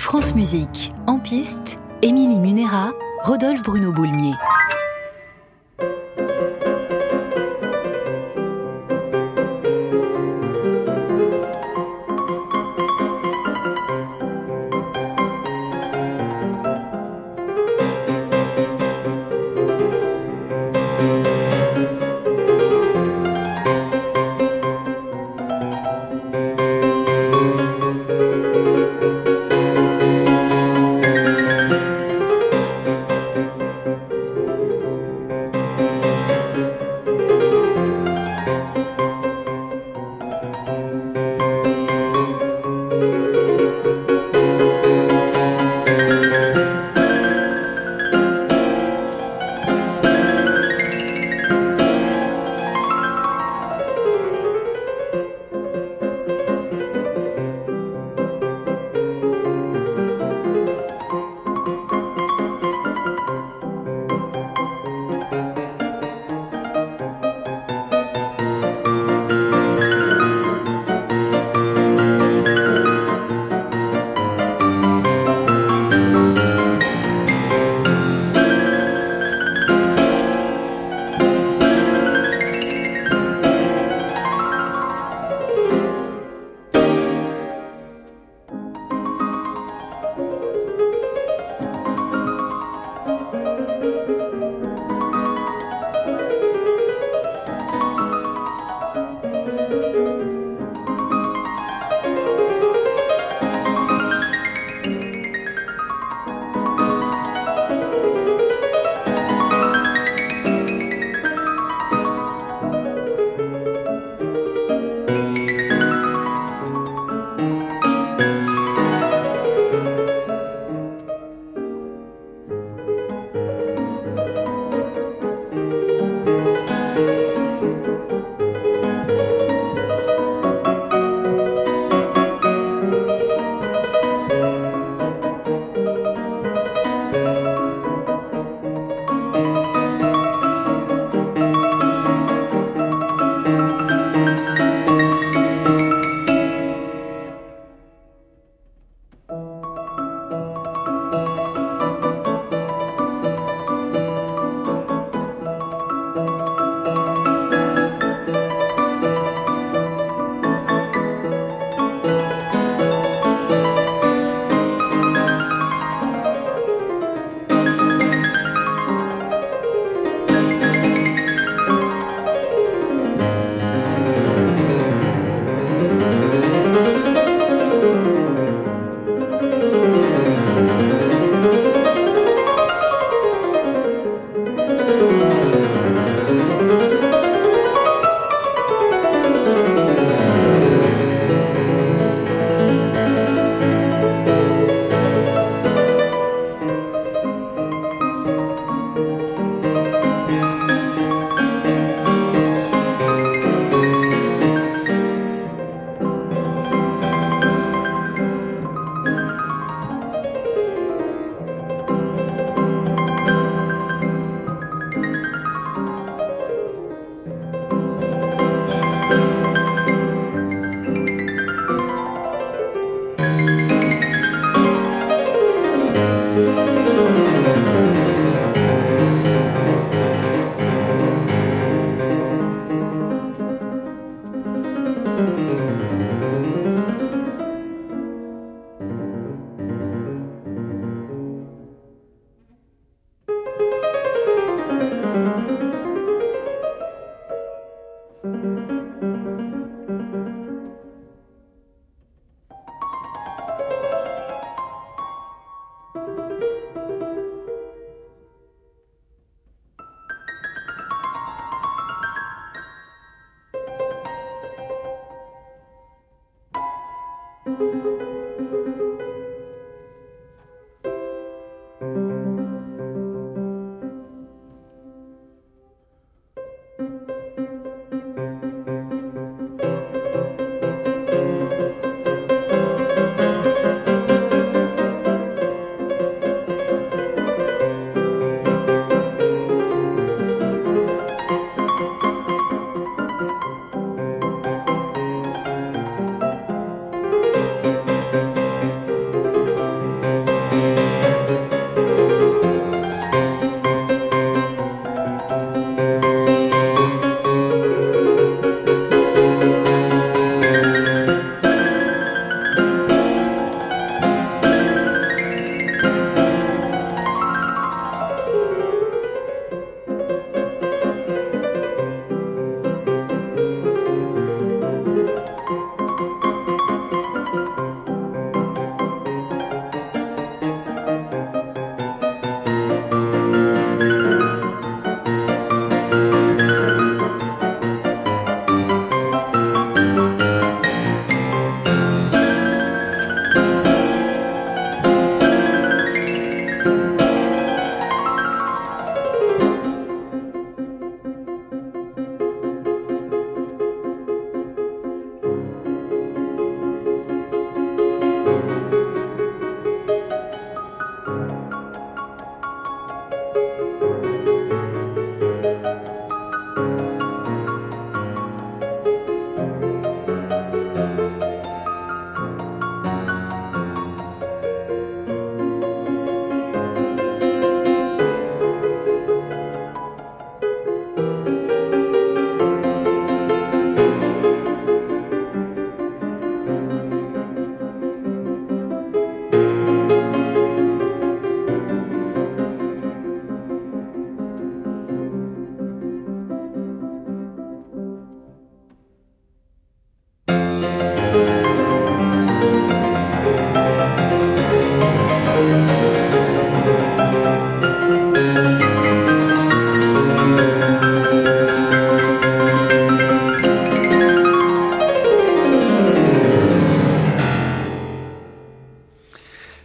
France Musique, en piste, Émilie Munera, Rodolphe Bruno Boulmier.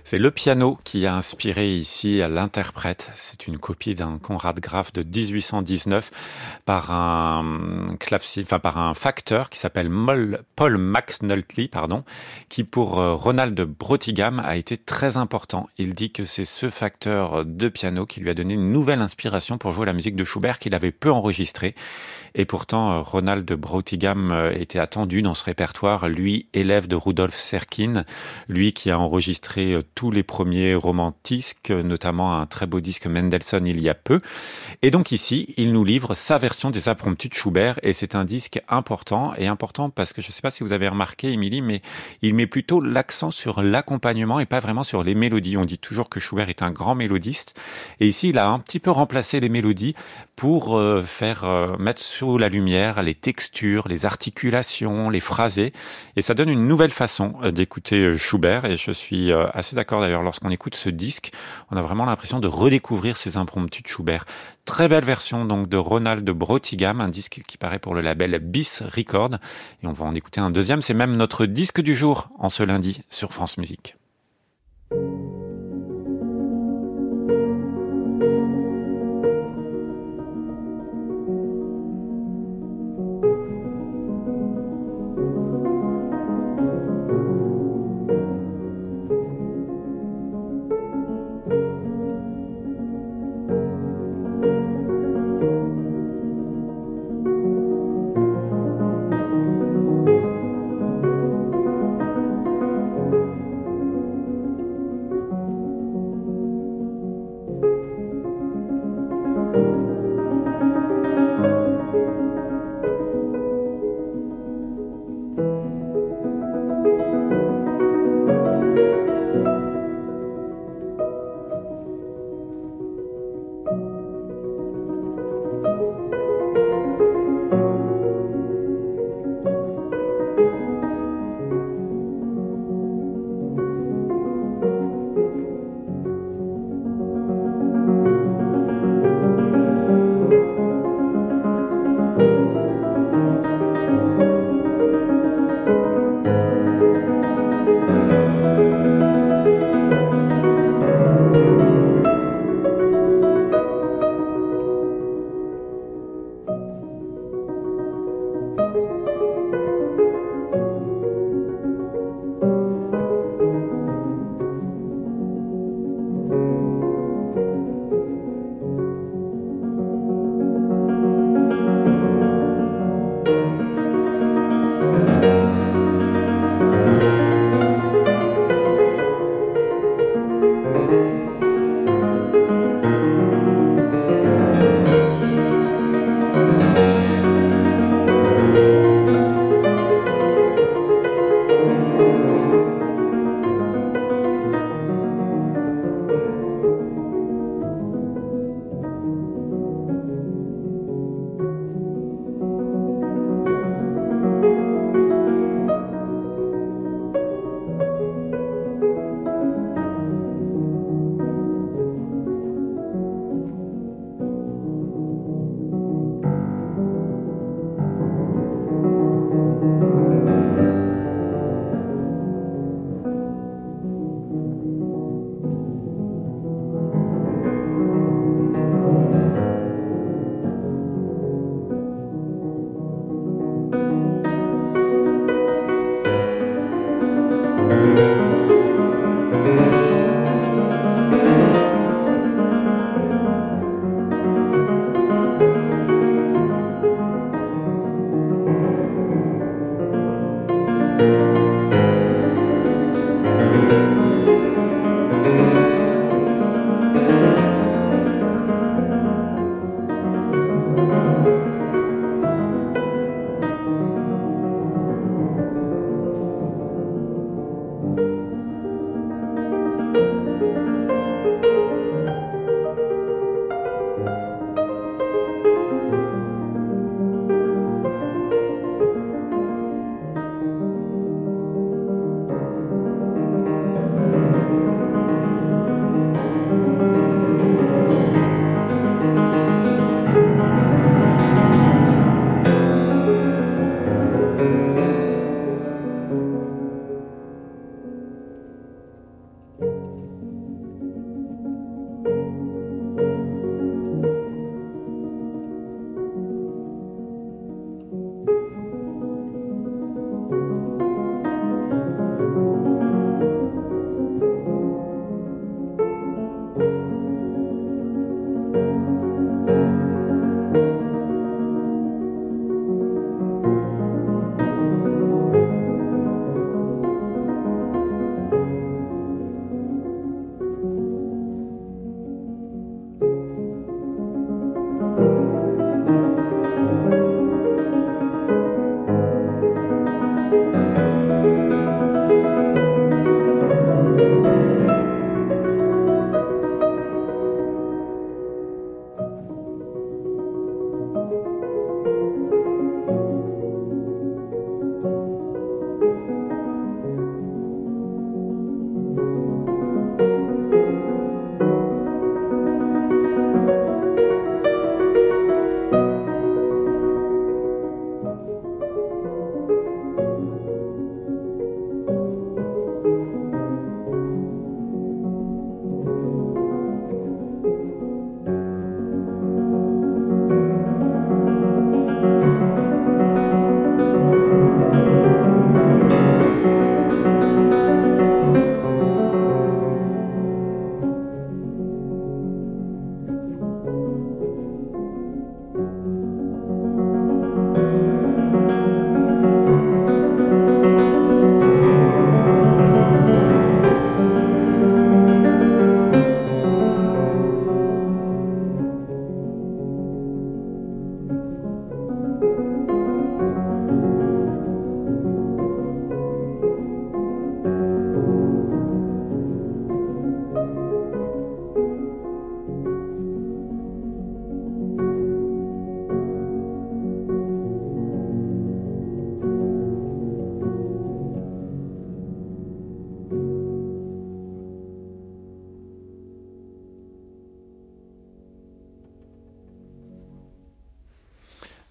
C'est le piano qui a inspiré ici l'interprète. C'est une copie d'un Conrad Graf de 1819 par par un facteur qui s'appelle Paul McNulty, qui pour Ronald Broughtigam a été très important. Il dit que c'est ce facteur de piano qui lui a donné une nouvelle inspiration pour jouer la musique de Schubert qu'il avait peu enregistrée. Et pourtant, Ronald Broughtigam était attendu dans ce répertoire, lui, élève de Rudolf Serkin, lui qui a enregistré tous les premiers romantiques, notamment un très beau disque Mendelssohn il y a peu. Et donc ici, il nous livre sa version des Impromptus de Schubert, et c'est un disque important parce que je ne sais pas si vous avez remarqué, Émilie, mais il met plutôt l'accent sur l'accompagnement et pas vraiment sur les mélodies. On dit toujours que Schubert est un grand mélodiste, et ici, il a un petit peu remplacé les mélodies pour mettre sous la lumière les textures, les articulations, les phrasés, et ça donne une nouvelle façon d'écouter Schubert, et je suis assez d'accord d'ailleurs, lorsqu'on écoute ce disque, on a vraiment l'impression de redécouvrir ces impromptus de Schubert. Très belle version donc de Ronald Broughtigam, un disque qui paraît pour le label Bis Record, et on va en écouter un deuxième, c'est même notre disque du jour en ce lundi sur France Musique.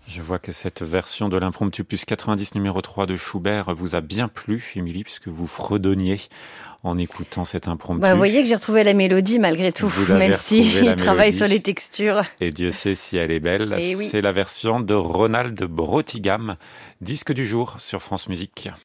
Je vois que cette version de l'impromptu plus 90 numéro 3 de Schubert vous a bien plu, Émilie, puisque vous fredonniez en écoutant cet impromptu. Vous voyez que j'ai retrouvé la mélodie malgré tout, même si il travaille sur les textures. Et Dieu sait si elle est belle. Et oui. C'est la version de Ronald Brautigam, disque du jour sur France Musique.